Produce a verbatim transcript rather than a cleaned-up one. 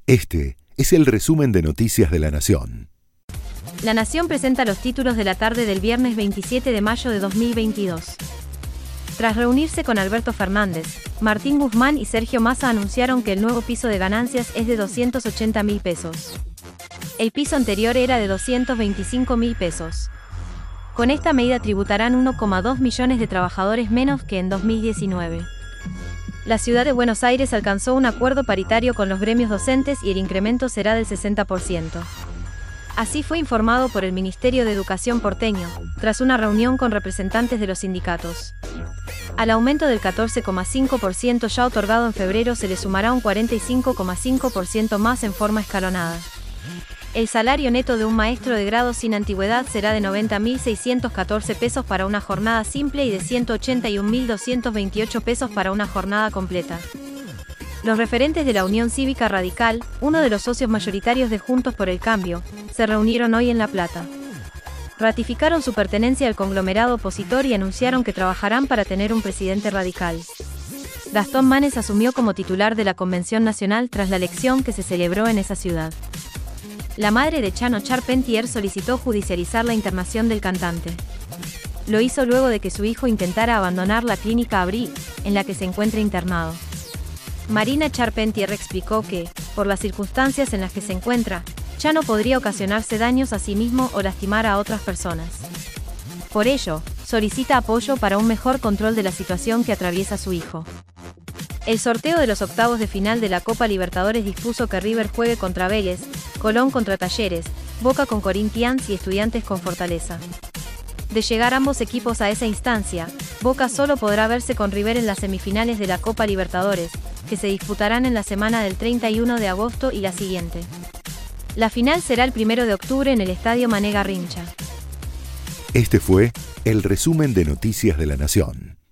Este es el resumen de Noticias de la Nación. La Nación presenta los títulos de la tarde del viernes veintisiete de mayo de dos mil veintidós. Tras reunirse con Alberto Fernández, Martín Guzmán y Sergio Massa anunciaron que el nuevo piso de ganancias es de doscientos ochenta mil pesos. El piso anterior era de doscientos veinticinco mil pesos. Con esta medida tributarán uno coma dos millones de trabajadores menos que en dos mil diecinueve. La ciudad de Buenos Aires alcanzó un acuerdo paritario con los gremios docentes y el incremento será del sesenta por ciento. Así fue informado por el Ministerio de Educación porteño, tras una reunión con representantes de los sindicatos. Al aumento del catorce coma cinco por ciento ya otorgado en febrero se le sumará un cuarenta y cinco coma cinco por ciento más en forma escalonada. El salario neto de un maestro de grado sin antigüedad será de noventa mil seiscientos catorce pesos para una jornada simple y de ciento ochenta y un mil doscientos veintiocho pesos para una jornada completa. Los referentes de la Unión Cívica Radical, uno de los socios mayoritarios de Juntos por el Cambio, se reunieron hoy en La Plata. Ratificaron su pertenencia al conglomerado opositor y anunciaron que trabajarán para tener un presidente radical. Gastón Manes asumió como titular de la Convención Nacional tras la elección que se celebró en esa ciudad. La madre de Chano Charpentier solicitó judicializar la internación del cantante. Lo hizo luego de que su hijo intentara abandonar la clínica Abrí, en la que se encuentra internado. Marina Charpentier explicó que, por las circunstancias en las que se encuentra, Chano podría ocasionarse daños a sí mismo o lastimar a otras personas. Por ello, solicita apoyo para un mejor control de la situación que atraviesa su hijo. El sorteo de los octavos de final de la Copa Libertadores dispuso que River juegue contra Vélez, Colón contra Talleres, Boca con Corinthians y Estudiantes con Fortaleza. De llegar ambos equipos a esa instancia, Boca solo podrá verse con River en las semifinales de la Copa Libertadores, que se disputarán en la semana del treinta y uno de agosto y la siguiente. La final será el primero de octubre en el Estadio Mané Garrincha. Este fue el resumen de Noticias de la Nación.